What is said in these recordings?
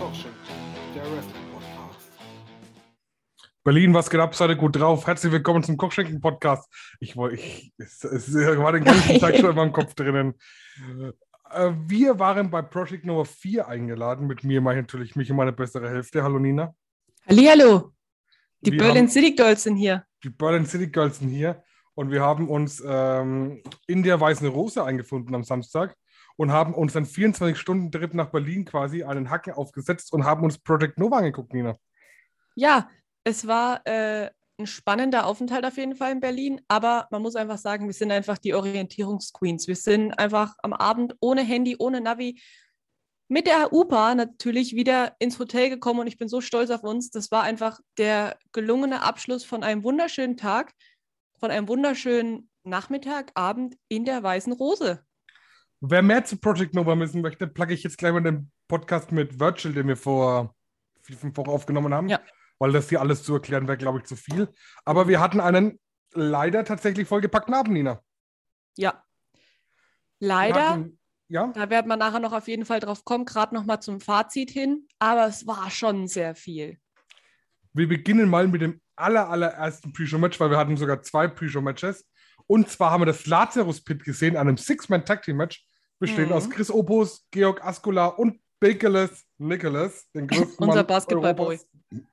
Kochschinken, der Wrestling-Podcast. Berlin, was geht ab? Seid ihr gut drauf? Herzlich willkommen zum Kochschinken-Podcast. Es war den ganzen Tag schon in meinem Kopf drinnen. Wir waren bei Project Nummer 4 eingeladen. Mit mir mache ich natürlich mich und meine bessere Hälfte. Hallo Nina. Hallihallo. Die Wir Berlin haben- City Girls sind hier. Die Berlin City Girls sind hier und wir haben uns in der Weißen Rose eingefunden am Samstag und haben uns einen 24-Stunden-Trip nach Berlin quasi einen Hacken aufgesetzt und haben uns Project Nova angeguckt, Nina. Ja, es war ein spannender Aufenthalt auf jeden Fall in Berlin, aber man muss einfach sagen, wir sind einfach die Orientierungsqueens. Wir sind einfach am Abend ohne Handy, ohne Navi, mit der U-Bahn natürlich wieder ins Hotel gekommen und ich bin so stolz auf uns. Das war einfach der gelungene Abschluss von einem wunderschönen Tag, von einem wunderschönen Nachmittag, Abend in der Weißen Rose. Wer mehr zu Project Nova wissen möchte, plugge ich jetzt gleich mal den Podcast mit Virgil, den wir vor 4-5 Wochen aufgenommen haben. Ja. Weil das hier alles zu erklären wäre, glaube ich, zu viel. Aber wir hatten einen leider tatsächlich vollgepackten Abend, Nina. Ja, Wir leider. hatten, ja, Da werden wir nachher noch auf jeden Fall drauf kommen, gerade noch mal zum Fazit hin. Aber es war schon sehr viel. wir beginnen mal mit dem allerersten Pre-Show-Match, weil wir hatten sogar 2 Pre-Show-Matches. Und zwar haben wir das Lazarus-Pit gesehen, einem Six-Man-Tag-Team-Match, bestehend aus Chris Opus, Georg Askula und Bakeless Nicholas, den größten Unser Mann Basketball-Boy. Europas.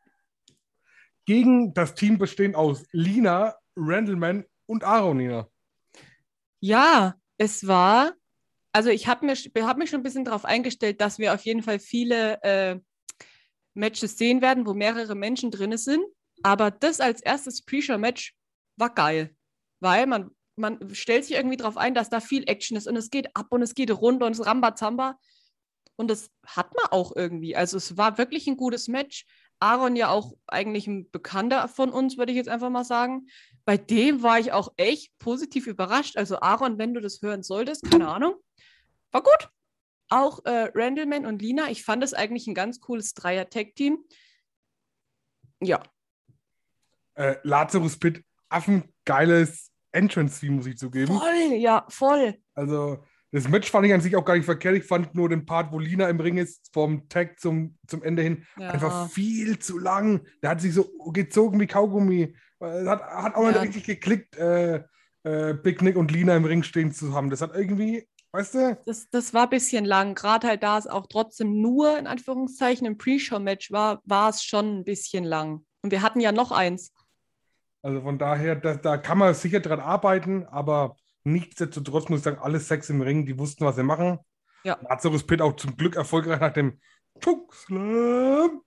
Gegen das Team bestehend aus Lina, Randleman und Aaron, Nina. Ja, es war, also ich habe mich schon ein bisschen darauf eingestellt, dass wir auf jeden Fall viele Matches sehen werden, wo mehrere Menschen drin sind. Aber das als erstes Pre-Show-Match war geil, weil man stellt sich irgendwie darauf ein, dass da viel Action ist und es geht ab und es geht runter und es Rambazamba. Und das hat man auch irgendwie. Also es war wirklich ein gutes Match. Aaron ja auch eigentlich ein Bekannter von uns, würde ich jetzt einfach mal sagen. Bei dem war ich auch echt positiv überrascht. Also Aaron, wenn du das hören solltest, keine Ahnung, war gut. Auch Randleman und Lina, ich fand es eigentlich ein ganz cooles Dreier-Tag-Team. Ja, Lazarus Pit, affengeiles Entrance-Theme, muss ich zugeben. voll, ja, voll. Also, das Match fand ich an sich auch gar nicht verkehrt. Ich fand nur den Part, wo Lina im Ring ist, vom Tag zum Ende hin, Ja. einfach viel zu lang. Der hat sich so gezogen wie Kaugummi. Hat auch nicht Ja. richtig geklickt, Big Nick und Lina im Ring stehen zu haben. Das hat irgendwie, weißt du? Das war ein bisschen lang. Gerade halt, da es auch trotzdem nur, in Anführungszeichen, ein Pre-Show-Match war es schon ein bisschen lang. Und wir hatten ja noch eins. Also von daher, da kann man sicher dran arbeiten, aber nichtsdestotrotz muss ich sagen, alle 6 im Ring, die wussten, was sie machen. Ja. Lazarus Pit auch zum Glück erfolgreich nach dem Chokeslam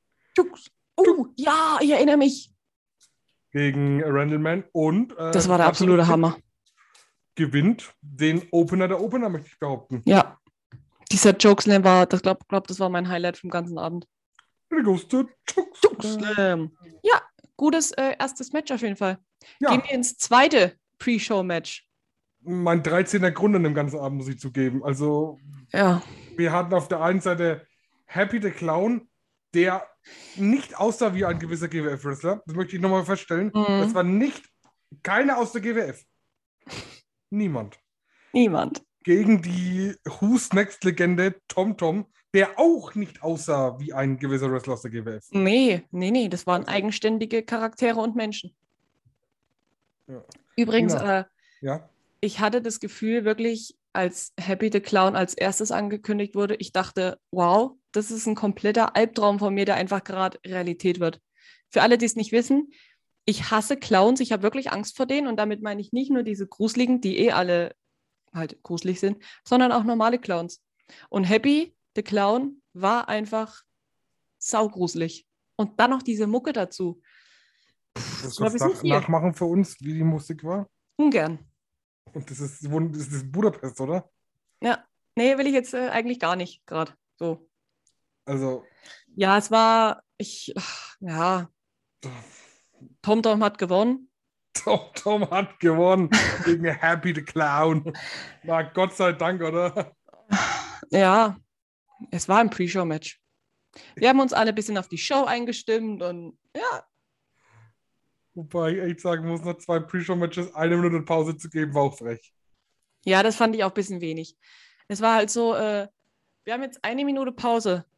Ja, ich erinnere mich. gegen Randleman und Das war der Lazarus absolute Pit Hammer. gewinnt den Opener der Opener, möchte ich behaupten. Ja, dieser Chokeslam war, das das war mein Highlight vom ganzen Abend. There goes the Chokeslam. Ja, gutes erstes Match auf jeden Fall. Ja, Gehen wir ins zweite Pre-Show-Match. mein 13. Grund an dem ganzen Abend, muss ich zugeben. Also Ja, wir hatten auf der einen Seite Happy the Clown, der nicht aussah wie ein gewisser GWF-Wrestler. Das möchte ich nochmal feststellen. Das war keiner aus der GWF. Niemand. niemand. Gegen die Who's Next-Legende Tom Tom, der auch nicht aussah wie ein gewisser Wrestler aus der GWF. Nee, das waren eigenständige Charaktere und Menschen. Ja. Übrigens, Genau. Ja. ich hatte das Gefühl wirklich, als Happy the Clown als erstes angekündigt wurde, ich dachte, wow, das ist ein kompletter Albtraum von mir, der einfach gerade Realität wird. Für alle, die es nicht wissen, ich hasse Clowns, ich habe wirklich Angst vor denen und damit meine ich nicht nur diese gruseligen, die alle halt gruselig sind, sondern auch normale Clowns. Und Happy the Clown war einfach saugruselig. Und dann noch diese Mucke dazu. Das war ein bisschen viel. nachmachen für uns, wie die Musik war. Ungern. Und das ist Budapest, oder? Ja, nee, will ich jetzt eigentlich gar nicht gerade so. Also, Ja, es war, ja, TomTom hat gewonnen. Tom hat gewonnen gegen Happy the Clown. Na, Gott sei Dank, oder? Ja, es war ein Pre-Show-Match. Wir haben uns alle ein bisschen auf die Show eingestimmt und ja, Wobei ich echt sagen muss, nach 2 Pre-Show-Matches 1 Minute Pause zu geben, war auch frech. ja, das fand ich auch ein bisschen wenig. Es war halt so, wir haben jetzt 1 Minute Pause.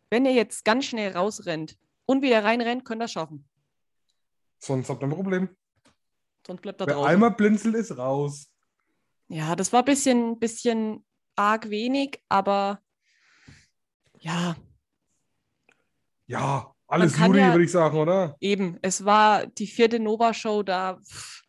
wenn ihr jetzt ganz schnell rausrennt und wieder reinrennt, könnt ihr das schaffen. Sonst habt ihr ein Problem. Sonst bleibt er Wer draußen. einmal blinzelt, ist raus. Ja, das war ein bisschen arg wenig, aber ja, Ja, alles kann Jury, ja- würde ich sagen, oder? eben. Es war die 4. Nova-Show, da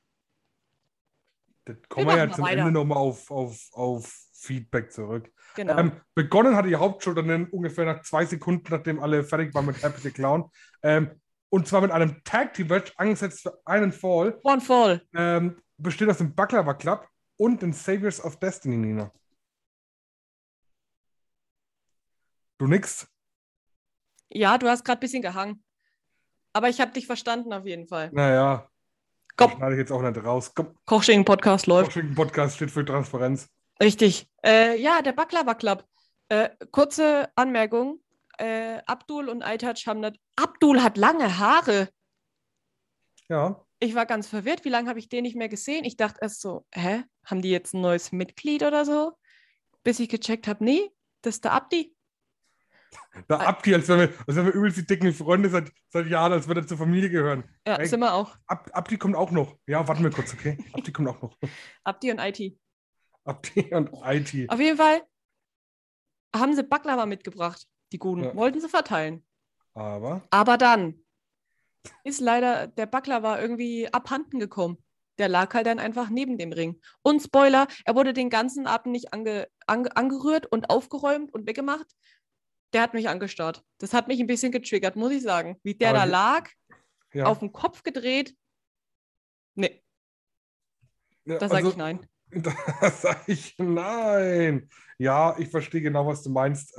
Da Wir kommen wir ja machen zum mal Ende weiter. nochmal auf Feedback zurück. genau. Begonnen hat die Hauptshow dann ungefähr nach 2 Sekunden, nachdem alle fertig waren mit Happy the Clown. Und zwar mit einem Tag-Team-Match, angesetzt für einen Fall. One Fall. Besteht aus dem Baklava Club und den Saviors of Destiny, Nina. Du nix? Ja, du hast gerade ein bisschen gehangen. Aber ich habe dich verstanden auf jeden Fall. Naja, das Komm, schneide ich jetzt auch nicht raus. Komm, Kochschinken-Podcast läuft. Podcast steht für Transparenz. Richtig. Ja, der Baklava Club. Kurze Anmerkung. Abdul und Aytac haben das. Abdul hat lange Haare. Ja, Ich war ganz verwirrt. Wie lange habe ich den nicht mehr gesehen? Ich dachte erst so, hä? Haben die jetzt ein neues Mitglied oder so? Bis ich gecheckt habe, nee, das ist der Abdi. da Abdi, als wenn wir übelst die dicken Freunde seit Jahren, als würde er zur Familie gehören. Ja, Ey, sind wir auch. Abdi kommt auch noch. Ja, warten wir kurz, okay? Abdi kommt auch noch. Abdi und IT. Abdi und IT. Auf jeden Fall haben sie Baklava mitgebracht, die Guten. Ja. Wollten sie verteilen. Aber, Aber dann ist leider der Baklava irgendwie abhanden gekommen. Der lag halt dann einfach neben dem Ring. Und Spoiler, er wurde den ganzen Abend nicht angerührt und aufgeräumt und weggemacht. Der hat mich angestarrt. Das hat mich ein bisschen getriggert, muss ich sagen. Wie der Aber da hier- lag, ja. auf den Kopf gedreht. Nee, Ja, da sage also, ich nein. Da sage ich nein. Ja, ich verstehe genau, was du meinst.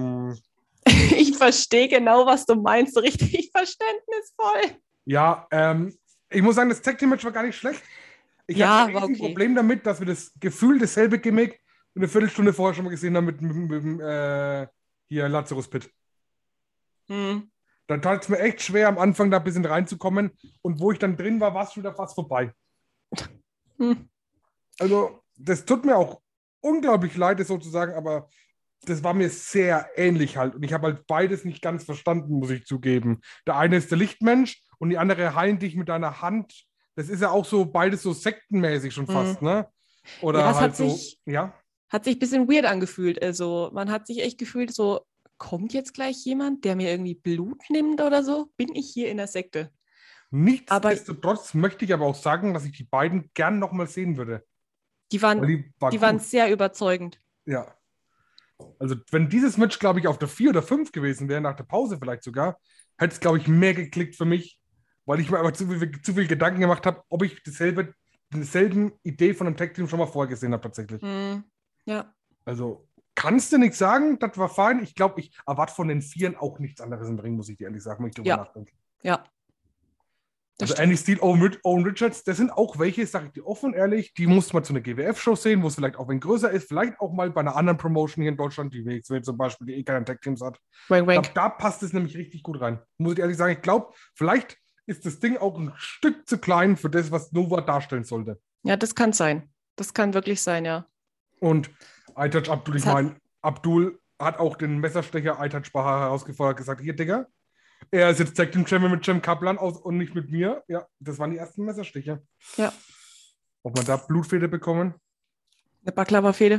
Ich verstehe genau, was du meinst. Richtig verständnisvoll. Ja, ich muss sagen, das Tag Team Match war gar nicht schlecht. Ich Ja, hatte ein war riesen okay. Problem damit, dass wir das Gefühl dasselbe Gimmick eine Viertelstunde vorher schon mal gesehen haben mit hier Lazarus Pit. Hm. Da tat es mir echt schwer, am Anfang da ein bisschen reinzukommen. Und wo ich dann drin war, war es schon wieder fast vorbei. Hm. Also, das tut mir auch unglaublich leid, das sozusagen, aber das war mir sehr ähnlich halt. Und ich habe halt beides nicht ganz verstanden, muss ich zugeben. Der eine ist der Lichtmensch und die andere heilt dich mit deiner Hand. Das ist ja auch so beides so sektenmäßig schon fast, ne? Oder Ja, es halt hat so, sich- ja. Hat sich ein bisschen weird angefühlt. Also, man hat sich echt gefühlt, so, kommt jetzt gleich jemand, der mir irgendwie Blut nimmt oder so? Bin ich hier in der Sekte? Nichtsdestotrotz möchte ich aber auch sagen, dass ich die beiden gern nochmal sehen würde. Die Weil waren, die war die gut. waren sehr überzeugend. Ja. Also, wenn dieses Match, glaube ich, auf der 4 oder 5 gewesen wäre, nach der Pause vielleicht sogar, hätte es, glaube ich, mehr geklickt für mich, weil ich mir einfach zu viel Gedanken gemacht habe, ob ich dieselben Idee von einem Tag-Team schon mal vorher gesehen habe, tatsächlich. Hm. Ja. Also, kannst du nichts sagen, das war fein. Ich glaube, ich erwarte von den Vieren auch nichts anderes im Ring, muss ich dir ehrlich sagen, wenn ich drüber Ja. nachdenke. Ja. Das Also stimmt. Andy Steele, Owen Richards, das sind auch welche, sage ich dir offen und ehrlich, die muss man zu einer GWF-Show sehen, wo es vielleicht auch ein größer ist, vielleicht auch mal bei einer anderen Promotion hier in Deutschland, die WXW zum Beispiel, die keine Tag-Teams hat. Wank, Ich wank. glaube, da passt es nämlich richtig gut rein. Muss ich ehrlich sagen, ich glaube, vielleicht ist das Ding auch ein Stück zu klein für das, was Nova darstellen sollte. Ja, das kann sein. Das kann wirklich sein, ja. Und Aytac Abdul, ich Das hat- meine, Abdul hat auch den Messerstecher Aytac Bahar herausgefordert, gesagt, hier, Digga, er ist jetzt Tag Team Champion mit Cem Kaplan und nicht mit mir. Ja, das waren die ersten Messerstiche. Ja. Ob man da Blutfede bekommen? Eine Baklava-Fehde.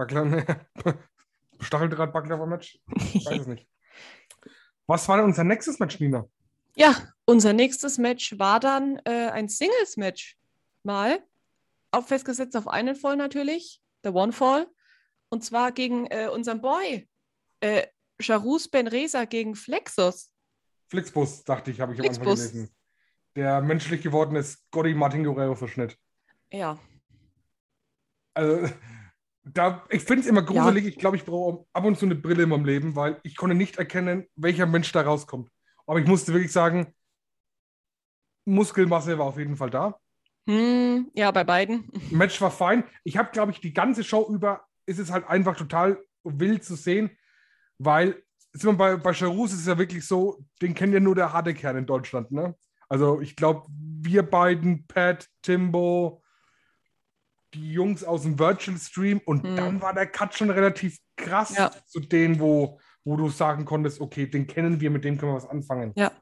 Stacheldraht-Baklava-Match? Ich weiß es nicht. Was war denn unser nächstes Match, Nina? Ja, unser nächstes Match war dann ein Singles-Match. Mal. Auch festgesetzt auf einen Fall natürlich. Der One Fall. Und zwar gegen unseren Boy. Charus Ben Reza gegen Flexos. Flixbus, dachte ich, habe ich am Anfang Flixbus. gelesen. Der menschlich gewordene Scotty Martin Guerrero-Verschnitt. Ja. Also, ich finde es immer gruselig. Ich glaube, ich brauche ab und zu eine Brille in meinem Leben, weil ich konnte nicht erkennen, welcher Mensch da rauskommt. Aber ich musste wirklich sagen, Muskelmasse war auf jeden Fall da. Ja, bei beiden. Match war fein. Ich habe, glaube ich, die ganze Show über ist es halt einfach total wild zu sehen, weil bei Charus ist es ja wirklich so, den kennt ja nur der harte Kern in Deutschland, ne? Also ich glaube, wir beiden, Pat, Timbo, die Jungs aus dem Virtual Stream und dann war der Cut schon relativ krass Ja. zu denen, wo wo du sagen konntest, okay, den kennen wir, mit dem können wir was anfangen. Ja.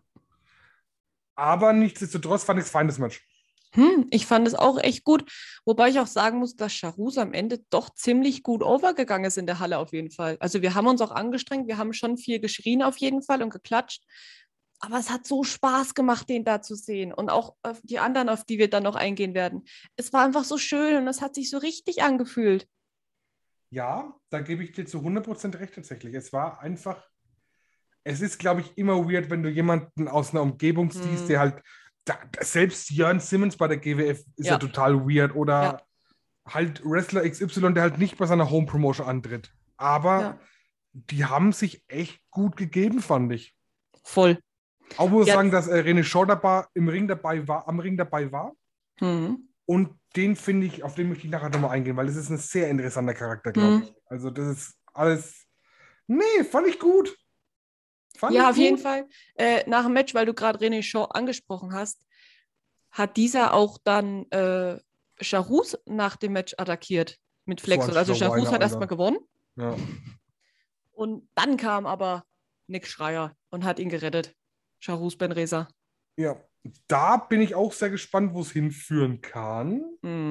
Aber nichtsdestotrotz fand ich es feines Match. Ich fand es auch echt gut, wobei ich auch sagen muss, dass Charus am Ende doch ziemlich gut overgegangen ist in der Halle auf jeden Fall. Also wir haben uns auch angestrengt, wir haben schon viel geschrien auf jeden Fall und geklatscht, aber es hat so Spaß gemacht, den da zu sehen und auch die anderen, auf die wir dann noch eingehen werden. Es war einfach so schön und es hat sich so richtig angefühlt. Ja, da gebe ich dir zu 100% recht tatsächlich. Es war einfach, es ist, glaube ich, immer weird, wenn du jemanden aus einer Umgebung siehst, der halt, selbst Jörn Simmons bei der GWF ist ja total weird oder halt Wrestler XY, der halt nicht bei seiner Home-Promotion antritt. Aber die haben sich echt gut gegeben, fand ich. Voll. Auch muss ich sagen, dass René Shaw am Ring dabei war. Und den finde ich, auf den möchte ich nachher nochmal eingehen, weil das ist ein sehr interessanter Charakter, glaube ich. Also das ist alles, fand ich gut. Auf jeden Fall. Nach dem Match, weil du gerade René Shaw angesprochen hast, hat dieser auch dann Charus nach dem Match attackiert mit Flexus. Also Charus hat erstmal gewonnen. Ja. Und dann kam aber Nick Schreier und hat ihn gerettet. Charus Ben Reza. Ja, da bin ich auch sehr gespannt, wo es hinführen kann.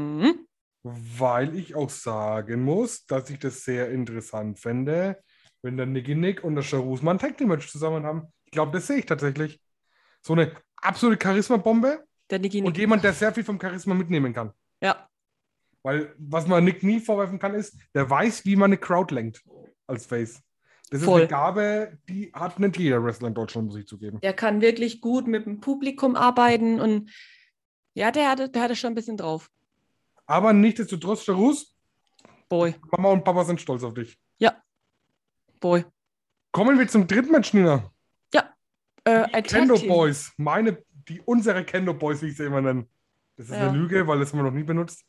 Weil ich auch sagen muss, dass ich das sehr interessant fände, wenn der Nick und der Charus mal ein Tag-Team-Match zusammen haben. Ich glaube, das sehe ich tatsächlich. So eine absolute Charisma-Bombe und jemand, der sehr viel vom Charisma mitnehmen kann. Ja. Weil was man Nick nie vorwerfen kann, ist, der weiß, wie man eine Crowd lenkt als Face. Das ist eine Gabe, die hat nicht jeder Wrestler in Deutschland, muss ich zugeben. Der kann wirklich gut mit dem Publikum arbeiten und ja, der hatte schon ein bisschen drauf. Aber nichtsdestotrotz, Charus, Boy. Mama und Papa sind stolz auf dich. Ja. Boy. Kommen wir zum dritten Match, Nina. Ja. Die Kendo Boys. Unsere Kendo Boys, wie ich sie immer nenne. Das ist eine Lüge, weil das haben wir noch nie benutzt.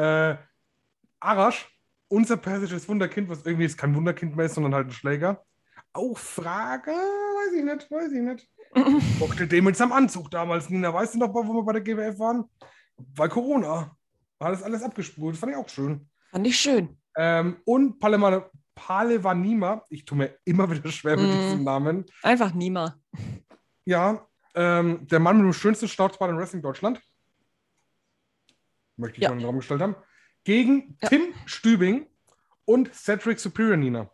Arash, unser persisches Wunderkind, was irgendwie jetzt kein Wunderkind mehr ist, sondern halt ein Schläger. Auch Frage, weiß ich nicht. Bockte dem mit seinem Anzug damals, Nina. Weißt du noch, wo wir bei der GWF waren? Bei Corona. War das alles abgespult. Fand ich auch schön. Fand ich schön. Und Palevanima. Ich tue mir immer wieder schwer mit diesem Namen. Einfach Nima. Ja, der Mann mit dem schönsten Schnauzbart in Wrestling Deutschland. Möchte ich mal in den Raum gestellt haben. Gegen Tim Stübing und Cedric Superior, Nina.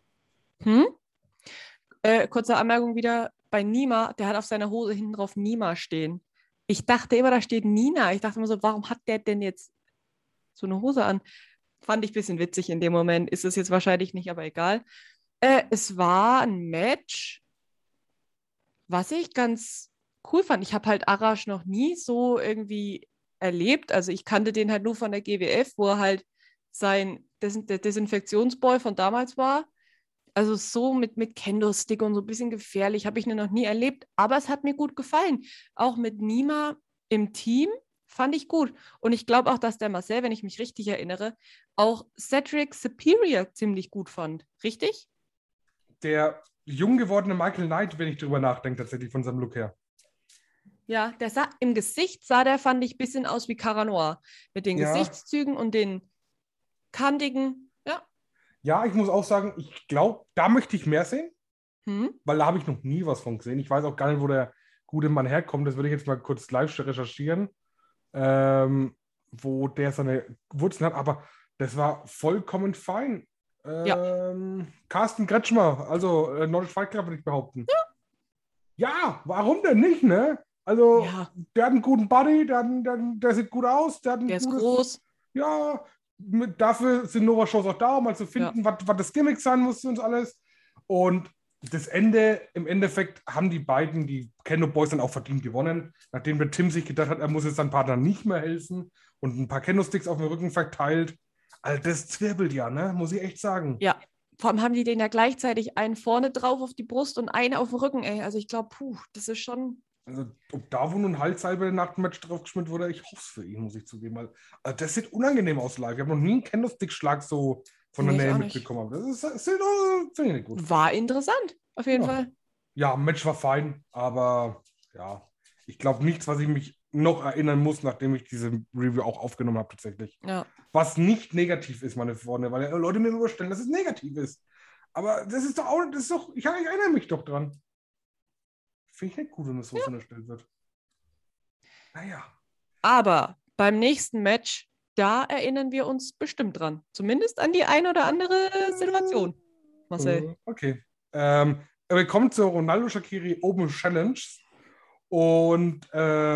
Kurze Anmerkung wieder. Bei Nima, der hat auf seiner Hose hinten drauf Nima stehen. Ich dachte immer, da steht Nina. Ich dachte immer so, warum hat der denn jetzt so eine Hose an? Fand ich ein bisschen witzig in dem Moment. Ist es jetzt wahrscheinlich nicht, aber egal. Es war ein Match, was ich ganz cool fand. Ich habe halt Arash noch nie so irgendwie erlebt. Also ich kannte den halt nur von der GWF, wo er halt der Desinfektionsboy von damals war. Also so mit Kendo-Stick und so ein bisschen gefährlich, habe ich noch nie erlebt. Aber es hat mir gut gefallen. Auch mit Nima im Team fand ich gut. Und ich glaube auch, dass der Marcel, wenn ich mich richtig erinnere, auch Cedric Superior ziemlich gut fand. Richtig? Der jung gewordene Michael Knight, wenn ich drüber nachdenke, tatsächlich von seinem Look her. Ja, im Gesicht sah der, fand ich, ein bisschen aus wie Cara Noir. Mit den Gesichtszügen und den kantigen, Ja, ich muss auch sagen, ich glaube, da möchte ich mehr sehen, weil da habe ich noch nie was von gesehen. Ich weiß auch gar nicht, wo der gute Mann herkommt. Das würde ich jetzt mal kurz live recherchieren, wo der seine Wurzeln hat. Aber das war vollkommen fein. Carsten Kretschmer, also Nordisch Fight Club, würde ich behaupten. Ja, warum denn nicht, ne? Also, der hat einen guten Body, der sieht gut aus. Der ist groß. Ja, dafür sind Nova-Shows auch da, um mal zu finden, was das Gimmick sein muss und alles. Und das Ende, im Endeffekt haben die beiden, die Kendo Boys, dann auch verdient gewonnen, nachdem der Tim sich gedacht hat, er muss jetzt seinem Partner nicht mehr helfen und ein paar Kendo-Sticks auf dem Rücken verteilt. Also das zwirbelt ja, ne? Muss ich echt sagen. Ja, vor allem haben die den ja gleichzeitig einen vorne drauf auf die Brust und einen auf dem Rücken, ey. Also ich glaube, das ist schon... Also, ob da wo nun Halssalbe nach dem Match drauf geschmiert wurde, ich hoffe es für ihn, muss ich zugeben. Weil, also das sieht unangenehm aus live. Ich habe noch nie einen Kendo-Stick-Schlag so von der Nähe mitbekommen. Das finde ich nicht gut. War interessant, auf jeden Fall. Ja, Match war fein, aber ja, ich glaube nichts, was ich mich noch erinnern muss, nachdem ich diese Review auch aufgenommen habe, tatsächlich. Ja. Was nicht negativ ist, meine Freunde, weil Leute mir überstellen, dass es negativ ist. Aber das ist doch, ich erinnere mich doch dran. Finde ich nicht gut, wenn das so unterstellt wird. Naja. Aber beim nächsten Match, da erinnern wir uns bestimmt dran. Zumindest an die ein oder andere Situation. Marcel. Okay. Wir kommen zur Ronaldo Shaqiri Open Challenge. Und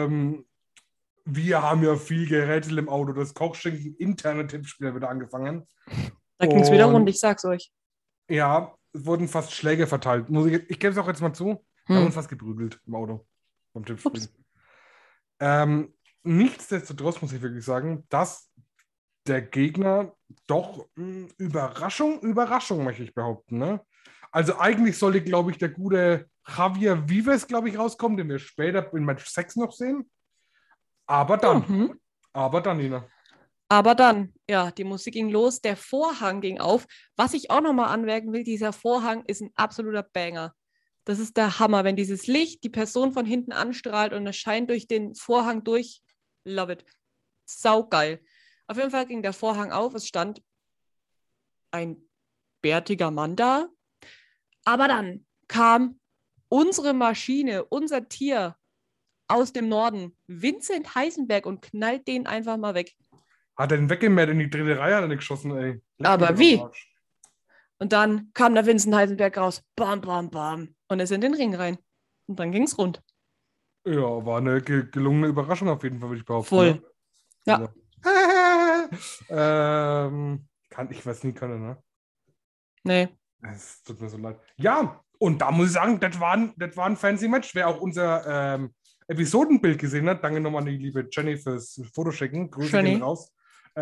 wir haben ja viel gerätselt im Auto. Das Kochschinken interne Tippspiel wieder angefangen. Da ging es wieder rund, ich sag's euch. Ja, es wurden fast Schläge verteilt. Ich gebe es auch jetzt mal zu. Wir haben uns fast geprügelt im Auto beim Tippspiel. Nichtsdestotrotz muss ich wirklich sagen, dass der Gegner doch Überraschung möchte ich behaupten. Ne? Also eigentlich sollte, glaube ich, der gute Javier Vives, glaube ich, rauskommen, den wir später in Match 6 noch sehen. Aber dann, Nina. Aber dann, ja, die Musik ging los, der Vorhang ging auf. Was ich auch nochmal anmerken will, dieser Vorhang ist ein absoluter Banger. Das ist der Hammer, wenn dieses Licht die Person von hinten anstrahlt und es scheint durch den Vorhang durch. Love it. Saugeil. Auf jeden Fall ging der Vorhang auf, es stand ein bärtiger Mann da. Aber dann kam unsere Maschine, unser Tier aus dem Norden, Vincent Heisenberg, und knallt den einfach mal weg. Hat er den weggemäht in die dritte Reihe, hat er nicht geschossen, ey. Aber wie? Und dann kam der Vincent Heisenberg raus. Bam, bam, bam. Und er ist in den Ring rein. Und dann ging es rund. Ja, war eine gelungene Überraschung auf jeden Fall, würde ich behaupten. Voll. Ne? Ja. Ich weiß nie können, ne? Nee. Es tut mir so leid. Ja, und da muss ich sagen, das war ein fancy Match. Wer auch unser Episodenbild gesehen hat, danke nochmal an die liebe Jenny fürs Fotoschicken. Grüße gehen raus.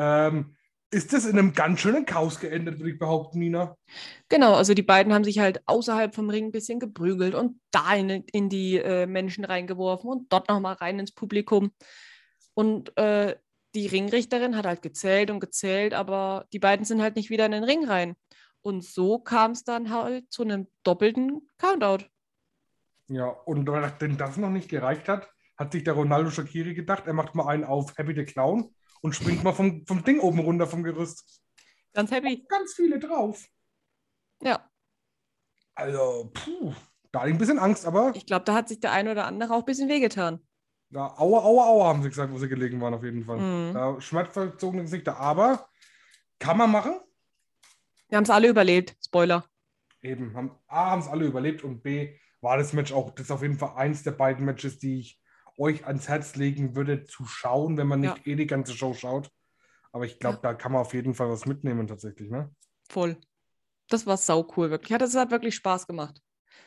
Ist das in einem ganz schönen Chaos geendet, würde ich behaupten, Nina? Genau, also die beiden haben sich halt außerhalb vom Ring ein bisschen geprügelt und da in die Menschen reingeworfen und dort nochmal rein ins Publikum. Und die Ringrichterin hat halt gezählt und gezählt, aber die beiden sind halt nicht wieder in den Ring rein. Und so kam es dann halt zu einem doppelten Countout. Ja, und nachdem das noch nicht gereicht hat, hat sich der Ronaldo Shaqiri gedacht, er macht mal einen auf Happy the Clown und springt mal vom Ding oben runter vom Gerüst. Ganz happy. Ganz viele drauf. Ja. Also, da hatte ich ein bisschen Angst, aber... Ich glaube, da hat sich der eine oder andere auch ein bisschen wehgetan. Ja, aua, aua, aua, haben sie gesagt, wo sie gelegen waren auf jeden Fall. Mhm. Schmerzverzogene Gesichter, aber kann man machen. Wir haben es alle überlebt. Spoiler. Eben, haben es alle überlebt und B, war das Match auch, das ist auf jeden Fall eins der beiden Matches, die ich euch ans Herz legen würde, zu schauen, wenn man nicht die ganze Show schaut. Aber ich glaube, da kann man auf jeden Fall was mitnehmen tatsächlich, ne? Voll. Das war sau cool, wirklich. Das hat wirklich Spaß gemacht.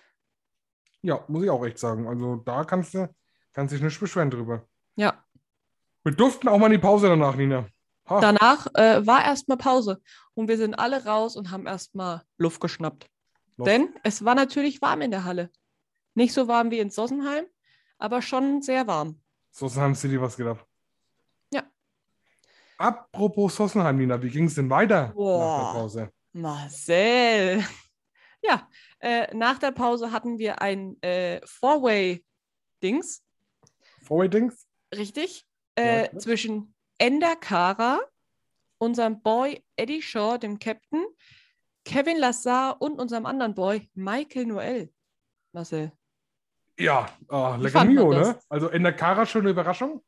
Ja, muss ich auch echt sagen. Also da kannst dich nicht beschweren drüber. Ja. Wir durften auch mal in die Pause danach, Nina. Danach war erstmal Pause und wir sind alle raus und haben erstmal Luft geschnappt. Denn es war natürlich warm in der Halle. Nicht so warm wie in Sossenheim, aber schon sehr warm. Sossenheim City, was gedacht? Ja. Apropos Sossenheim, Nina, wie ging es denn weiter nach der Pause? Marcel. Ja, nach der Pause hatten wir ein Four-Way-Dings. Four-Way-Dings? Richtig. Zwischen Ender Kara, unserem Boy Eddie Shaw, dem Captain, Kevin Lazar und unserem anderen Boy Michael Noel. Marcel. Ja, lecker Mio, ne? Also Ender Kara, schöne Überraschung.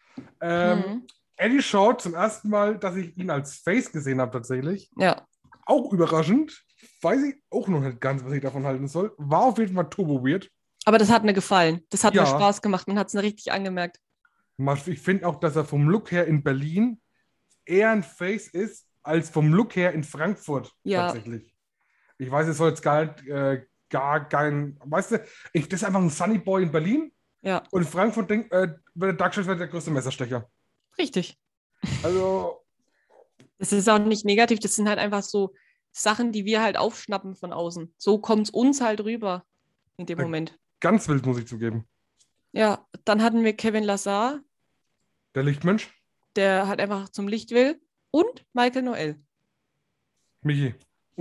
Eddie Shaw zum ersten Mal, dass ich ihn als Face gesehen habe tatsächlich. Ja. Auch überraschend. Weiß ich auch noch nicht ganz, was ich davon halten soll. War auf jeden Fall turbo weird. Aber das hat mir gefallen. Das hat mir Spaß gemacht. Man hat es mir richtig angemerkt. Ich finde auch, dass er vom Look her in Berlin eher ein Face ist, als vom Look her in Frankfurt tatsächlich. Ich weiß, es soll jetzt gar kein, weißt du, das ist einfach ein Sunny Boy in Berlin. Ja. Und in Frankfurt wird der Darkshot der größte Messerstecher. Richtig. Also. Das ist auch nicht negativ, das sind halt einfach so Sachen, die wir halt aufschnappen von außen. So kommt es uns halt rüber in dem Moment. Ganz wild, muss ich zugeben. Ja, dann hatten wir Kevin Lazar. Der Lichtmensch. Der halt einfach zum Licht will. Und Michael Noel. Michi.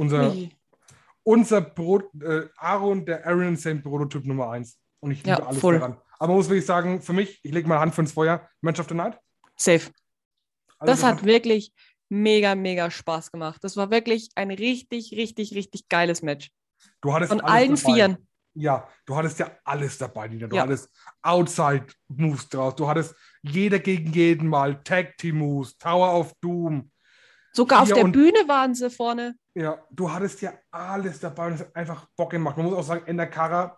Unser Aaron, der Aaron Saint Prototyp Nummer 1. Und ich liebe alles daran. Aber man muss wirklich sagen, für mich, ich lege mal Hand für ins Feuer, Match of the Night. Safe. Also das hat wirklich mega, mega Spaß gemacht. Das war wirklich ein richtig, richtig, richtig geiles Match. Du hattest Von alles allen dabei. Vieren. Ja, du hattest ja alles dabei, Nina. Du Ja. hattest Outside-Moves draus. Du hattest jeder gegen jeden mal Tag-Team-Moves, Tower of Doom. Sogar auf Hier der und- Bühne waren sie vorne. Ja, du hattest ja alles dabei und es hat einfach Bock gemacht. Man muss auch sagen, Ender Kara,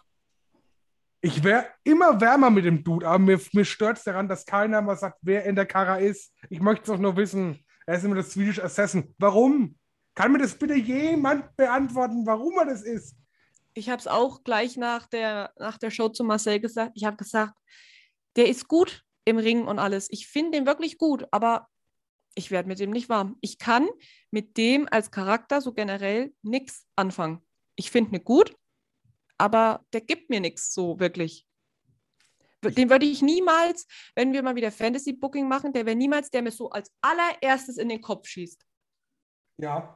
ich wäre immer wärmer mit dem Dude, aber mir stört es daran, dass keiner mal sagt, wer Ender Kara ist. Ich möchte es auch nur wissen. Er ist immer das Swedish Assassin. Warum? Kann mir das bitte jemand beantworten, warum er das ist? Ich habe es auch gleich nach der Show zu Marcel gesagt. Ich habe gesagt, der ist gut im Ring und alles. Ich finde den wirklich gut, aber ich werde mit dem nicht warm. Ich kann mit dem als Charakter so generell nichts anfangen. Ich finde ihn gut, aber der gibt mir nichts so wirklich. Den würde ich niemals, wenn wir mal wieder Fantasy-Booking machen, der wäre niemals, der mir so als allererstes in den Kopf schießt. Ja.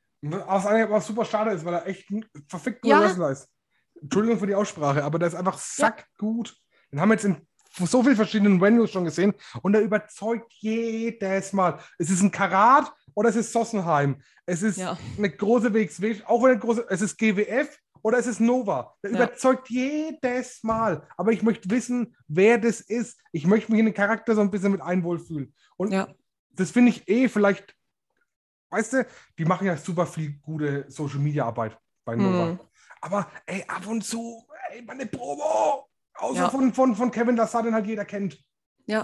Was super schade ist, weil er echt ein verfickt guter Ja. Wrestler ist. Entschuldigung für die Aussprache, aber der ist einfach sackgut. Den haben wir jetzt in so vielen verschiedenen Venues schon gesehen und er überzeugt jedes Mal. Es ist ein Karat oder es ist Sossenheim. Es ist Ja. eine große WXW, auch wenn es ist GWF oder es ist Nova. Der Ja. überzeugt jedes Mal. Aber ich möchte wissen, wer das ist. Ich möchte mich in den Charakter so ein bisschen mit einwohlfühlen. Und Ja. das finde ich vielleicht, weißt du, die machen ja super viel gute Social-Media-Arbeit bei Nova. Aber ey, ab und zu, ey, meine Promo, außer Ja. von Kevin Lassard, den halt jeder kennt. Ja.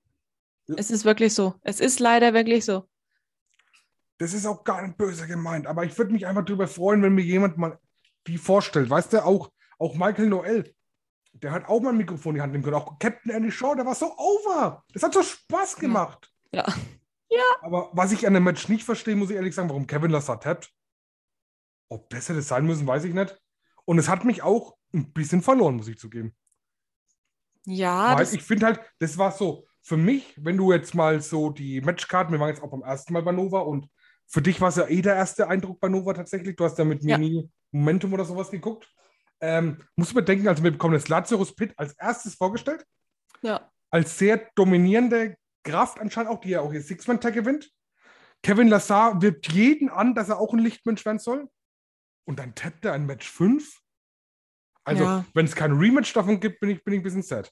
Es ist wirklich so. Es ist leider wirklich so. Das ist auch gar nicht böse gemeint, aber ich würde mich einfach darüber freuen, wenn mir jemand mal die vorstellt. Weißt du, auch Michael Noel, der hat auch mal ein Mikrofon in die Hand nehmen können. Auch Captain Andy Shaw, der war so over. Das hat so Spaß gemacht. Ja. Aber was ich an dem Match nicht verstehe, muss ich ehrlich sagen, warum Kevin Lassard tappt. Ob das hätte sein müssen, weiß ich nicht. Und es hat mich auch ein bisschen verloren, muss ich zugeben. Ja, Weil ich finde halt, das war so, für mich, wenn du jetzt mal so die Matchkarten, wir waren jetzt auch beim ersten Mal bei Nova und für dich war es ja eh der erste Eindruck bei Nova tatsächlich. Du hast ja mit mir Ja. nie Momentum oder sowas geguckt. Musst du bedenken, also wir bekommen das Lazarus Pit als erstes vorgestellt, ja. als sehr dominierende Kraft anscheinend auch, die ja auch hier Six-Man-Tag gewinnt. Kevin Lassard wirbt jeden an, dass er auch ein Lichtmensch werden soll. Und dann tappt er ein Match 5. Also, Ja. wenn es kein Rematch davon gibt, bin ich ein bisschen sad.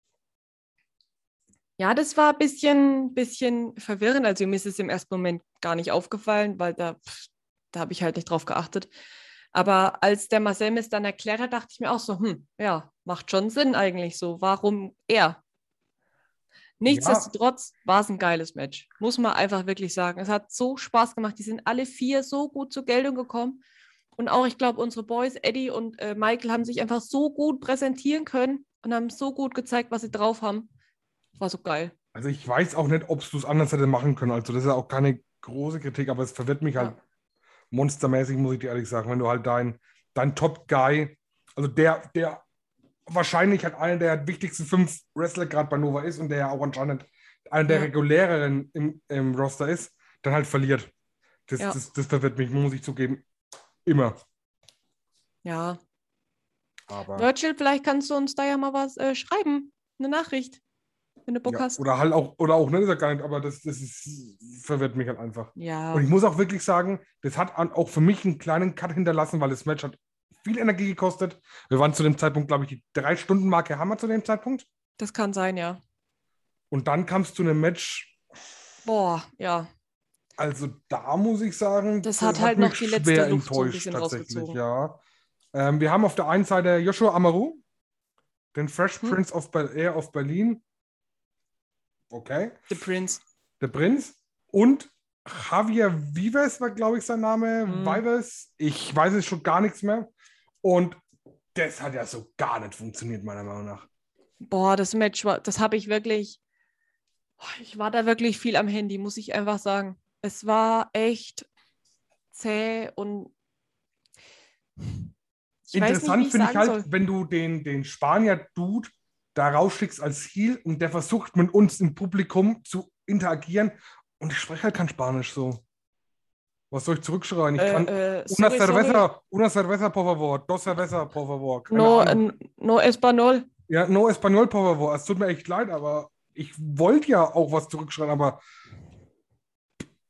Ja, das war ein bisschen verwirrend. Also mir ist es im ersten Moment gar nicht aufgefallen, weil da habe ich halt nicht drauf geachtet. Aber als der Marcel mir es dann erklärt hat, dachte ich mir auch so, ja, macht schon Sinn eigentlich so. Warum er? Nichtsdestotrotz war es ein geiles Match. Muss man einfach wirklich sagen. Es hat so Spaß gemacht. Die sind alle 4 so gut zur Geltung gekommen. Und auch, ich glaube, unsere Boys, Eddie und Michael, haben sich einfach so gut präsentieren können und haben so gut gezeigt, was sie drauf haben. War so geil. Also ich weiß auch nicht, ob du es anders hätte machen können. Also das ist ja auch keine große Kritik, aber es verwirrt mich halt monstermäßig, muss ich dir ehrlich sagen. Wenn du halt dein Top-Guy, also der wahrscheinlich halt einer der wichtigsten 5 Wrestler gerade bei Nova ist und der ja auch anscheinend einer der reguläreren im Roster ist, dann halt verliert. Das verwirrt mich, muss ich zugeben. Immer. Ja. Aber Virgil, vielleicht kannst du uns da ja mal was schreiben. Eine Nachricht, wenn du Bock ja, hast. oder auch, ne, das ist ja gar nicht, aber das verwirrt mich halt einfach. Ja. Und ich muss auch wirklich sagen, das hat auch für mich einen kleinen Cut hinterlassen, weil das Match hat viel Energie gekostet. Wir waren zu dem Zeitpunkt, glaube ich, die 3-Stunden-Marke haben wir zu dem Zeitpunkt. Das kann sein, ja. Und dann kam es zu einem Match. Boah, ja. Also da muss ich sagen, Das hat halt mich noch die letzte schwer Luft so ein enttäuscht bisschen tatsächlich, rausgezogen. ja. Wir haben auf der einen Seite Joshua Amaru, den Fresh Prince of Bel-Air of Berlin. Okay. The Prince. Der Prinz. Und Javier Vives war, glaube ich, sein Name. Vives. Ich weiß jetzt schon gar nichts mehr. Und das hat ja so gar nicht funktioniert, meiner Meinung nach. Boah, das Match war, das habe ich wirklich, ich war da wirklich viel am Handy, muss ich einfach sagen. Es war echt zäh und ich weiß nicht, wie Interessant ich finde ich sagen halt, soll. wenn du den Spanier-Dude da rausschickst als Heel und der versucht mit uns im Publikum zu interagieren und ich spreche halt kein Spanisch so. Was soll ich zurückschreien? Ich kann una cerveza, por favor, 2 cerveza, por favor. Keine Ahnung. No Español. Ja, no español, por favor. Es tut mir echt leid, aber ich wollte ja auch was zurückschreien, aber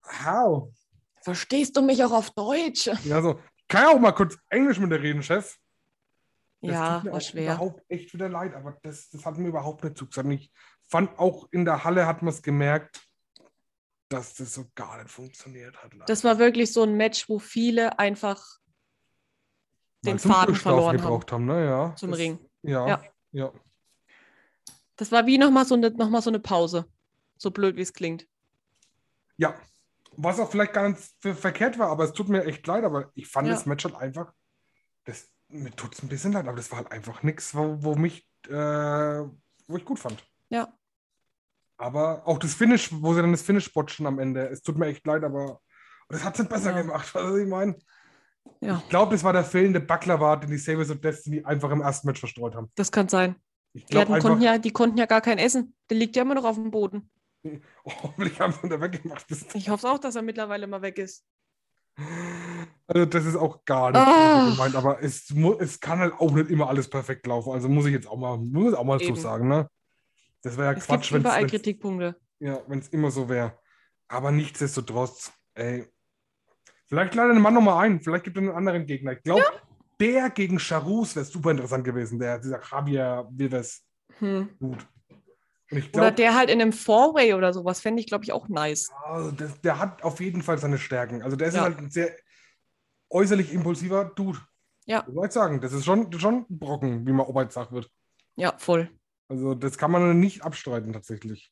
How? Verstehst du mich auch auf Deutsch? Ja, so. Kann ja auch mal kurz Englisch mit dir reden, Chef. Das Ja, tut mir war auch schwer. überhaupt echt wieder leid, aber das hat mir überhaupt nicht zugesagt. Ich fand auch in der Halle hat man es gemerkt, dass das so gar nicht funktioniert hat. Das war wirklich so ein Match, wo viele einfach den Mal zum Faden Durchschlafen verloren haben gebraucht haben, ne? Ja. zum Ring. Ja, Ja. ja. Das war wie nochmal so eine Pause. So blöd, wie es klingt. Ja. Was auch vielleicht gar nicht verkehrt war, aber es tut mir echt leid, aber ich fand Ja. das Match halt einfach, mir tut es ein bisschen leid, aber das war halt einfach nichts, wo ich gut fand. Ja. Aber auch das Finish, wo sie dann das Finish botchen am Ende, es tut mir echt leid, aber das hat es nicht besser Ja. gemacht, was ich meine. Ja, Ich glaube, das war der fehlende Baklava, den die Sabres of Destiny einfach im ersten Match verstreut haben. das kann sein. Ich Die glaube einfach, konnten ja gar kein essen. Der liegt ja immer noch auf dem Boden. hoffentlich haben sie ihn da weggemacht. Ich hoffe auch, dass er mittlerweile mal weg ist. Also das ist auch gar nicht böse gemeint, aber es kann halt auch nicht immer alles perfekt laufen. Also muss ich auch mal so Eben. sagen, ne? Das wäre ja Es Quatsch, gibt überall Kritikpunkte. wenn es immer so wäre. Aber nichtsdestotrotz, ey, vielleicht leider den Mann nochmal ein. Vielleicht gibt es einen anderen Gegner. Ich glaube, der gegen Charus wäre super interessant gewesen. Dieser Javier Vives. Hm. Gut. Und ich Oder glaube, der halt in einem Four-Way oder sowas, fände ich, glaube ich, auch nice. der hat auf jeden Fall seine Stärken. Also der ist Ja. halt ein sehr äußerlich impulsiver Dude. Ja, Ich wollte sagen, das ist schon ein Brocken, wie man Oberst sagt wird. ja, voll. Also das kann man nicht abstreiten tatsächlich.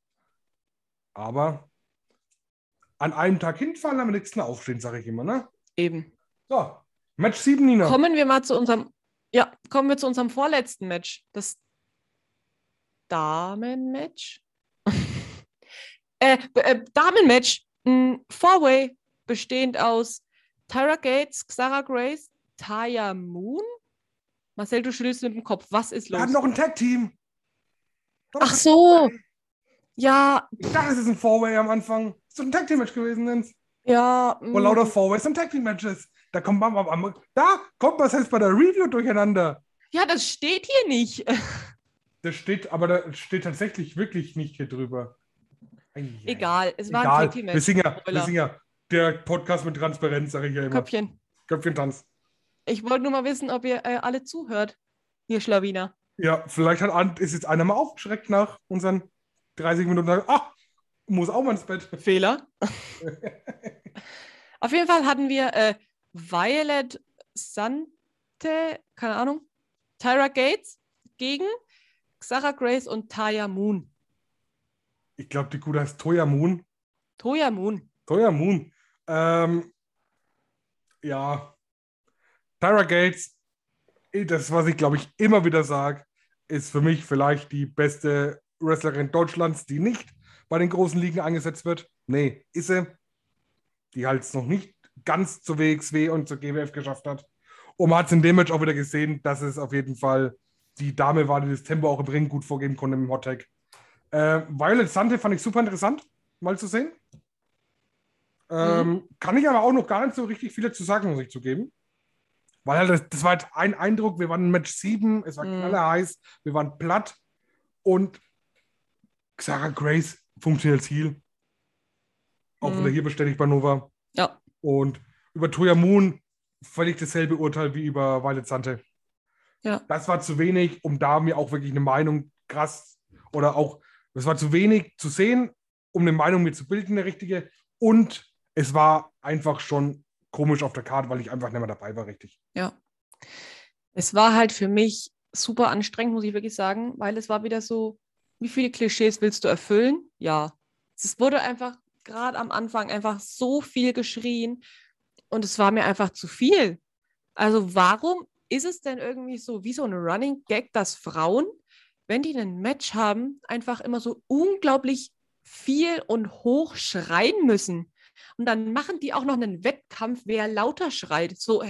Aber an einem Tag hinfallen, am nächsten aufstehen, sage ich immer, ne? Eben. So, Match 7, Nina. Kommen wir zu unserem vorletzten Match. Das Damen-Match? Damen-Match. Ein Four-Way, bestehend aus Tyra Gates, Xara Grace, Taya Moon. Marcel, du schüttelst mit dem Kopf. Was ist Wir los? hatten noch ein Tag-Team. Ach so. Ja, Ich dachte, es ist ein Four-Way am Anfang. Ist doch ein Tag-Team-Match gewesen, Nens. ja. Wo lauter Four-Ways und Tag-Team-Matches. Da kommt was heißt bei der Review durcheinander. Ja, das steht hier nicht. Da steht tatsächlich wirklich nicht hier drüber. Egal, es war ein Egal. Tag-Team-Match. Wir sind Spoiler. ja der Podcast mit Transparenz, sage ich ja immer. Köpfchen. Köpfchen-Tanz. Ich wollte nur mal wissen, ob ihr alle zuhört. Ihr Schlawiner. Ja, vielleicht ist jetzt einer mal aufgeschreckt nach unseren 30 Minuten. Ach, muss auch mal ins Bett. Fehler. Auf jeden Fall hatten wir Violet Sante, keine Ahnung, Tyra Gates gegen Xara Grace und Taya Moon. Ich glaube, die Gute heißt Toya Moon. Toya Moon. Toya Moon. Ja. Tyra Gates, das, was ich glaube ich immer wieder sage, ist für mich vielleicht die beste Wrestlerin Deutschlands, die nicht bei den großen Ligen eingesetzt wird. Nee, ist sie. Die halt es noch nicht ganz zur WXW und zur GWF geschafft hat. Und man hat es in dem Match auch wieder gesehen, dass es auf jeden Fall die Dame war, die das Tempo auch im Ring gut vorgeben konnte im Hot Tag. Violet Sante fand ich super interessant, mal zu sehen. Kann ich aber auch noch gar nicht so richtig viel zu sagen, muss ich zugeben. Weil halt das war halt ein Eindruck, wir waren in Match 7, es war knallerheiß, wir waren platt und Xara Grace funktioniert als Heel. Auch wieder hier bestätigt bei Nova. Ja. Und über Toya Moon völlig dasselbe Urteil wie über Violet Sante. Ja. Das war zu wenig, um da mir auch wirklich eine Meinung das war zu wenig zu sehen, um eine Meinung mir zu bilden, eine richtige. Und es war einfach schon komisch auf der Karte, weil ich einfach nicht mehr dabei war, richtig. Ja. Es war halt für mich super anstrengend, muss ich wirklich sagen, weil es war wieder so, wie viele Klischees willst du erfüllen? Ja. Es wurde einfach gerade am Anfang einfach so viel geschrien und es war mir einfach zu viel. Also warum ist es denn irgendwie so wie so ein Running Gag, dass Frauen, wenn die ein Match haben, einfach immer so unglaublich viel und hoch schreien müssen? Und dann machen die auch noch einen Wettkampf, wer lauter schreit. So,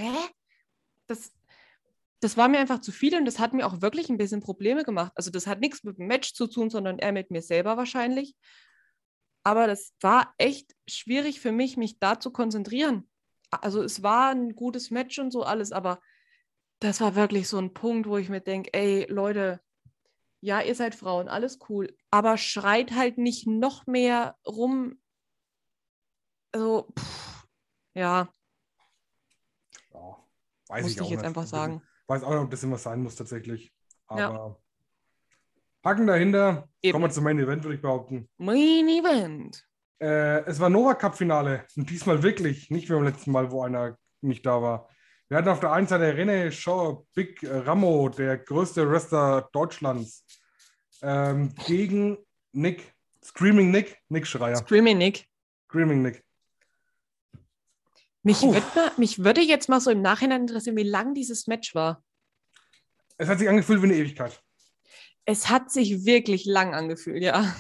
Das war mir einfach zu viel und das hat mir auch wirklich ein bisschen Probleme gemacht. Also das hat nichts mit dem Match zu tun, sondern eher mit mir selber wahrscheinlich. Aber das war echt schwierig für mich, mich da zu konzentrieren. Also es war ein gutes Match und so alles, aber das war wirklich so ein Punkt, wo ich mir denke, ey Leute, ja, ihr seid Frauen, alles cool, aber schreit halt nicht noch mehr rum, also, ja, Ja, weiß muss ich ich auch jetzt nicht. einfach sagen. Weiß auch nicht, ob das immer sein muss tatsächlich. Ja. Aber Haken dahinter, kommen wir Eben. zum Main Event, würde ich behaupten. Main Event. Es war Nova Cup Finale und diesmal wirklich, nicht wie beim letzten Mal, wo einer nicht da war. Wir hatten auf der einen Seite René Shaw, Big Ramo, der größte Wrestler Deutschlands, gegen Nick, Nick Schreier. Screaming Nick. Screaming Nick. Mich Puh. würde jetzt mal so im Nachhinein interessieren, wie lang dieses Match war. Es hat sich angefühlt wie eine Ewigkeit. Es hat sich wirklich lang angefühlt, ja.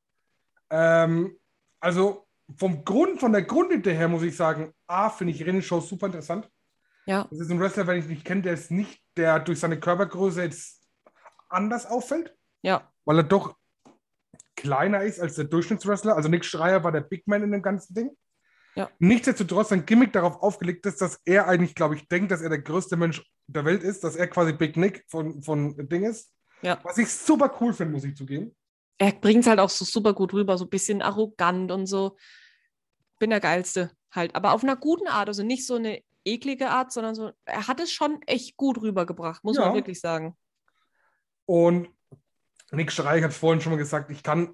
Also von der Grundidee her muss ich sagen, finde ich René Shaw super interessant. Ja, Das ist ein Wrestler, wenn ich nicht kenne, der durch seine Körpergröße jetzt anders auffällt, ja, weil er doch kleiner ist als der Durchschnittswrestler. Also Nick Schreier war der Big Man in dem ganzen Ding. ja. Nichtsdestotrotz sein Gimmick darauf aufgelegt ist, dass er eigentlich, glaube ich, denkt, dass er der größte Mensch der Welt ist, dass er quasi Big Nick von Ding ist. Ja. Was ich super cool finde, muss ich zugeben. Er bringt es halt auch so super gut rüber, so ein bisschen arrogant und so. Bin der Geilste halt. Aber auf einer guten Art, also nicht so eine eklige Art, sondern so, er hat es schon echt gut rübergebracht, muss man Ja. wirklich sagen. Und Nick Schreier hat es vorhin schon mal gesagt,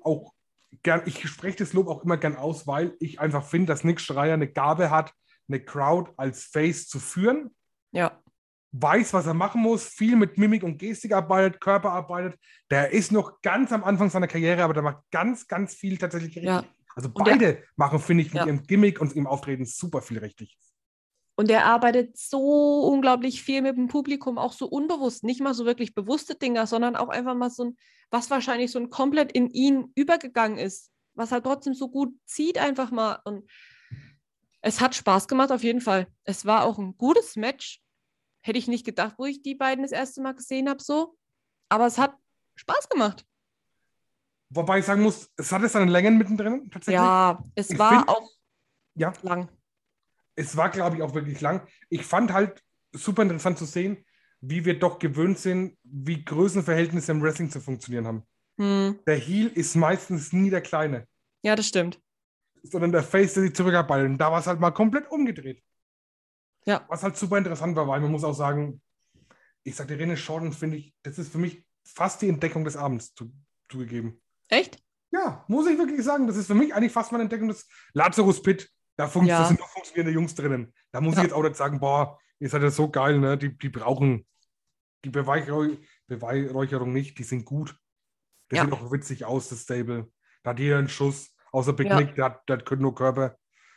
ich spreche das Lob auch immer gern aus, weil ich einfach finde, dass Nick Schreier eine Gabe hat, eine Crowd als Face zu führen. Ja, Weiß, was er machen muss, viel mit Mimik und Gestik arbeitet, Körper arbeitet. Der ist noch ganz am Anfang seiner Karriere, aber der macht ganz, ganz viel tatsächlich richtig. ja. Also Und beide machen, finde ich, mit Ja. ihrem Gimmick und ihrem Auftreten super viel richtig. Und er arbeitet so unglaublich viel mit dem Publikum, auch so unbewusst, nicht mal so wirklich bewusste Dinger, sondern auch einfach mal so ein, was wahrscheinlich so ein komplett in ihn übergegangen ist, was halt trotzdem so gut zieht einfach mal. Und es hat Spaß gemacht auf jeden Fall. Es war auch ein gutes Match. Hätte ich nicht gedacht, wo ich die beiden das erste Mal gesehen habe, so. Aber es hat Spaß gemacht. Wobei ich sagen muss, es hatte seine Längen mittendrin tatsächlich. Ja, es Ich war find- auch Ja, lang. es war, glaube ich, auch wirklich lang. Ich fand halt super interessant zu sehen, wie wir doch gewöhnt sind, wie Größenverhältnisse im Wrestling zu funktionieren haben. Der Heel ist meistens nie der Kleine, Ja, das stimmt. sondern der Face, der sich zurückarbeitet. Und da war es halt mal komplett umgedreht. Ja, Was halt super interessant war, weil man muss auch sagen, ich sagte, René Jordan, finde ich, das ist für mich fast die Entdeckung des Abends zugegeben. echt? Ja, muss ich wirklich sagen, das ist für mich eigentlich fast meine Entdeckung des Lazarus Pit. Das sind noch funktionierende Jungs drinnen. Da muss ich jetzt auch nicht sagen, boah, ihr seid ja so geil, ne? Die brauchen die Beweihräucherung nicht, die sind gut. Das Ja. sieht auch witzig aus, das Stable. Da hat jeder einen Schuss, außer Big Ja. Nick, der hat nur Körper.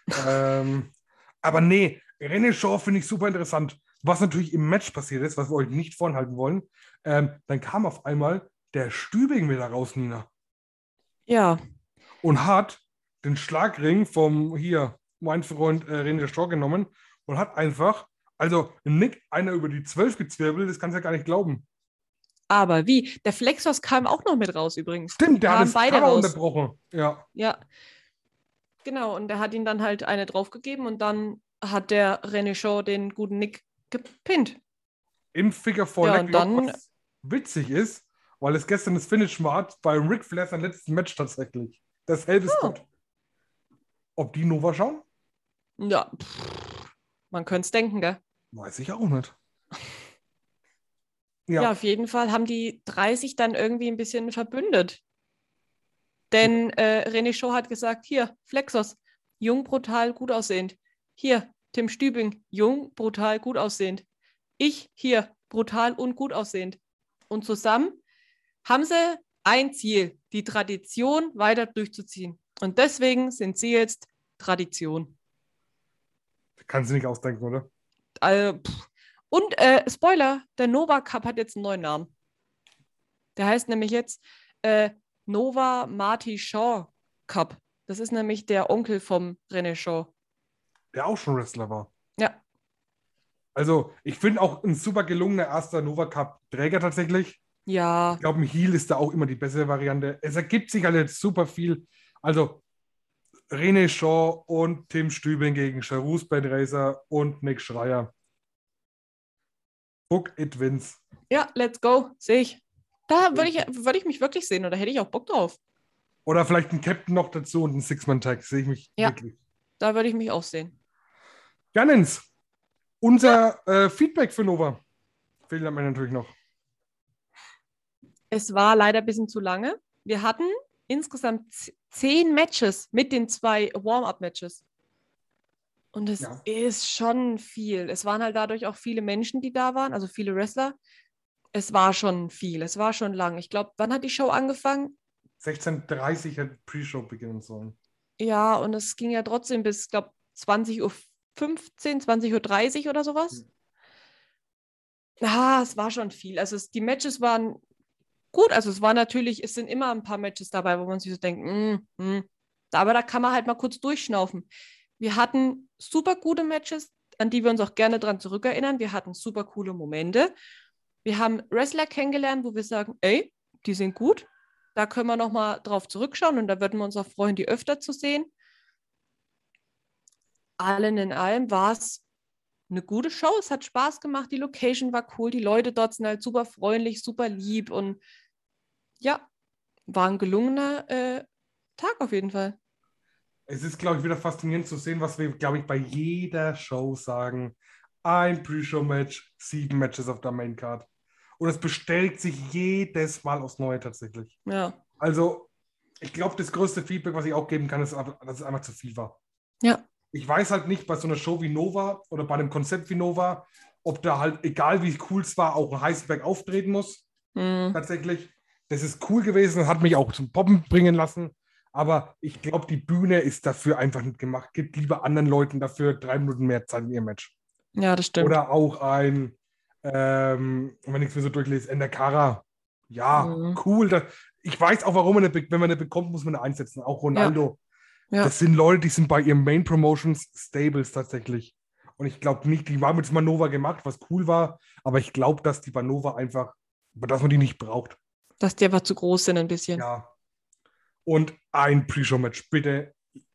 Aber nee, René Shaw finde ich super interessant. Was natürlich im Match passiert ist, was wir euch nicht vorenthalten wollen, dann kam auf einmal der Stübing wieder raus, Nina. Ja, Und hat den Schlagring vom mein Freund René Shaw genommen und hat einfach, also Nick, einer über die 12 gezwirbelt, das kannst du ja gar nicht glauben. aber wie? Der Flexos kam auch noch mit raus übrigens. Stimmt, der hat Kamen das beide Cover raus. unterbrochen. Ja. Ja, genau. Und der hat ihm dann halt eine draufgegeben und dann hat der René Shaw den guten Nick gepinnt. Im Figure 4 Ja, Leg und Lock, dann- was witzig ist, weil es gestern das Finish war bei Ric Flair sein letzten Match tatsächlich. Dasselbe Oh. Spot. Ob die Nova schauen? Ja, man könnte es denken, gell? Weiß ich auch nicht. Ja, auf jeden Fall haben die 30 dann irgendwie ein bisschen verbündet. Denn René Shaw hat gesagt, hier, Flexos, jung, brutal, gut aussehend. Hier, Tim Stübing, jung, brutal, gut aussehend. Ich hier, brutal und gut aussehend. Und zusammen haben sie ein Ziel, die Tradition weiter durchzuziehen. Und deswegen sind sie jetzt Tradition. Kannst du nicht ausdenken, oder? Und Spoiler, der Nova Cup hat jetzt einen neuen Namen. Der heißt nämlich jetzt Nova Marty Shaw Cup. Das ist nämlich der Onkel vom René Shaw. Der auch schon Wrestler war. Ja, Also, ich finde auch ein super gelungener erster Nova Cup-Träger tatsächlich. ja, Ich glaube, ein Heel ist da auch immer die bessere Variante. Es ergibt sich halt jetzt super viel. Also, René Shaw und Tim Stübing gegen Charus Ben Racer und Nick Schreier. Book it wins. ja, let's go, sehe ich. Da würd ich mich wirklich sehen oder hätte ich auch Bock drauf. Oder vielleicht ein Captain noch dazu und ein Six-Man-Tag. Sehe ich mich Ja. wirklich. Da würde ich mich auch sehen. Janins, unser Feedback für Nova fehlt am Ende natürlich noch. Es war leider ein bisschen zu lange. Wir hatten insgesamt 10 Matches mit den 2 Warm-up-Matches. Und es ist schon viel. Es waren halt dadurch auch viele Menschen, die da waren, also viele Wrestler. Es war schon viel, es war schon lang. Ich glaube, wann hat die Show angefangen? 16:30 Uhr hätte Pre-Show beginnen sollen. Ja, und es ging ja trotzdem bis, ich glaube, 20:15 Uhr, 20:30 Uhr oder sowas. Es war schon viel. Also die Matches waren gut. Also es sind immer ein paar Matches dabei, wo man sich so denkt, aber da kann man halt mal kurz durchschnaufen. Wir hatten super gute Matches, an die wir uns auch gerne dran zurückerinnern. Wir hatten super coole Momente. Wir haben Wrestler kennengelernt, wo wir sagen, ey, die sind gut. Da können wir nochmal drauf zurückschauen und da würden wir uns auch freuen, die öfter zu sehen. Allen in allem war es eine gute Show. Es hat Spaß gemacht. Die Location war cool. Die Leute dort sind halt super freundlich, super lieb und ja, war ein gelungener Tag auf jeden Fall. Es ist, glaube ich, wieder faszinierend zu sehen, was wir, glaube ich, bei jeder Show sagen. Ein Pre-Show-Match, 7 Matches auf der Maincard. Und es bestätigt sich jedes Mal aufs Neue tatsächlich. Ja. Also, ich glaube, das größte Feedback, was ich auch geben kann, ist, dass es einfach zu viel war. Ja. Ich weiß halt nicht, bei so einer Show wie Nova oder bei einem Konzept wie Nova, ob da halt, egal wie cool es war, auch ein Heisenberg auftreten muss. Tatsächlich. Das ist cool gewesen, hat mich auch zum Poppen bringen lassen. Aber ich glaube, die Bühne ist dafür einfach nicht gemacht. Gibt lieber anderen Leuten dafür 3 Minuten mehr Zeit in ihr Match. Ja, das stimmt. Oder auch ein, wenn ich es mir so durchlese, Endakara. Ja, cool. Ich weiß auch, warum man wenn man eine bekommt, muss man eine einsetzen. Auch Ronaldo. Ja. Das sind Leute, die sind bei ihren Main Promotions Stables tatsächlich. Und ich glaube nicht, die waren mit Manova gemacht, was cool war. Aber ich glaube, dass die Manova einfach, dass man die nicht braucht. Dass die einfach zu groß sind ein bisschen. Ja. Und ein Pre-Show-Match. Bitte,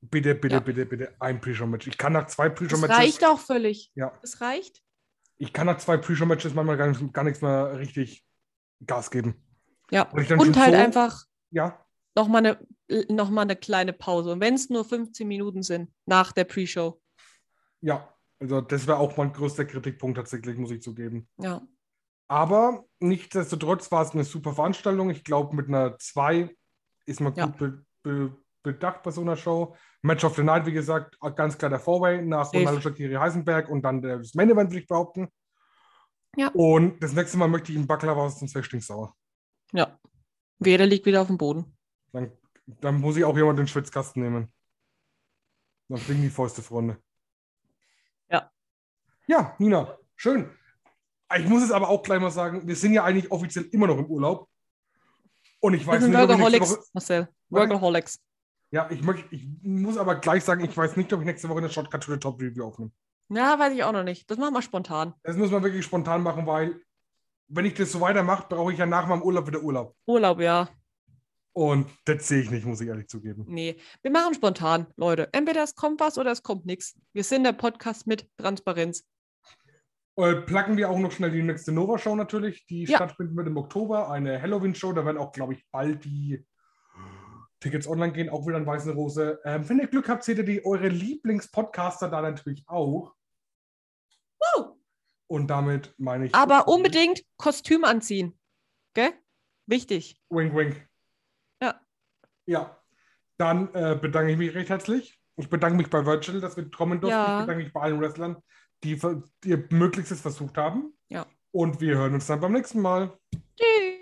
ein Pre-Show-Match. Ich kann nach 2 Pre-Show-Matches... Das reicht auch völlig. Ja. Das reicht. Ich kann nach 2 Pre-Show-Matches manchmal gar nichts mehr richtig Gas geben. Ja, und halt einfach nochmal eine kleine Pause. Und wenn es nur 15 Minuten sind, nach der Pre-Show. Ja, also das wäre auch mein größter Kritikpunkt tatsächlich, muss ich zugeben. Ja. Aber nichtsdestotrotz war es eine super Veranstaltung. Ich glaube, mit einer 2 ist man gut bedacht bei so einer Show. Match of the Night, wie gesagt, ganz klar der Four-Way nach Ronaldo, Shaqiri, Heisenberg und dann das Main Event, würde ich behaupten. Ja. Und das nächste Mal möchte ich einen Baklava aus dem Zwechtstinksauer. Ja. Wer liegt wieder auf dem Boden. Dann muss ich auch jemand den Schwitzkasten nehmen. Dann fliegen die Fäuste, Freunde. Ja. Ja, Nina, schön. Ich muss es aber auch gleich mal sagen, wir sind ja eigentlich offiziell immer noch im Urlaub. Und ich weiß nicht, ob Workaholics, Marcel. Workaholics. Ja, ich muss aber gleich sagen, ich weiß nicht, ob ich nächste Woche eine Shotcut to the Top Review aufnehme. Ja, weiß ich auch noch nicht. Das machen wir spontan. Das muss man wirklich spontan machen, weil wenn ich das so weitermache, brauche ich ja nach meinem Urlaub wieder Urlaub. Urlaub, ja. Und das sehe ich nicht, muss ich ehrlich zugeben. Nee, wir machen spontan, Leute. Entweder es kommt was oder es kommt nichts. Wir sind der Podcast mit Transparenz. Pluggen wir auch noch schnell die nächste Nova-Show natürlich, die stattfinden wird im Oktober. Eine Halloween-Show, da werden auch, glaube ich, bald die Tickets online gehen, auch wieder in Weiße Rose. Wenn ihr Glück habt, seht ihr eure Lieblingspodcaster da natürlich auch. Und damit meine ich... Aber unbedingt Kostüm anziehen. Gell? Wichtig. Wink, wink. Ja. Ja. Dann bedanke ich mich recht herzlich. Ich bedanke mich bei Virtual, dass wir kommen durften. Ja. Ich bedanke mich bei allen Wrestlern, die ihr Möglichstes versucht haben. Ja. Und wir hören uns dann beim nächsten Mal. Tschüss.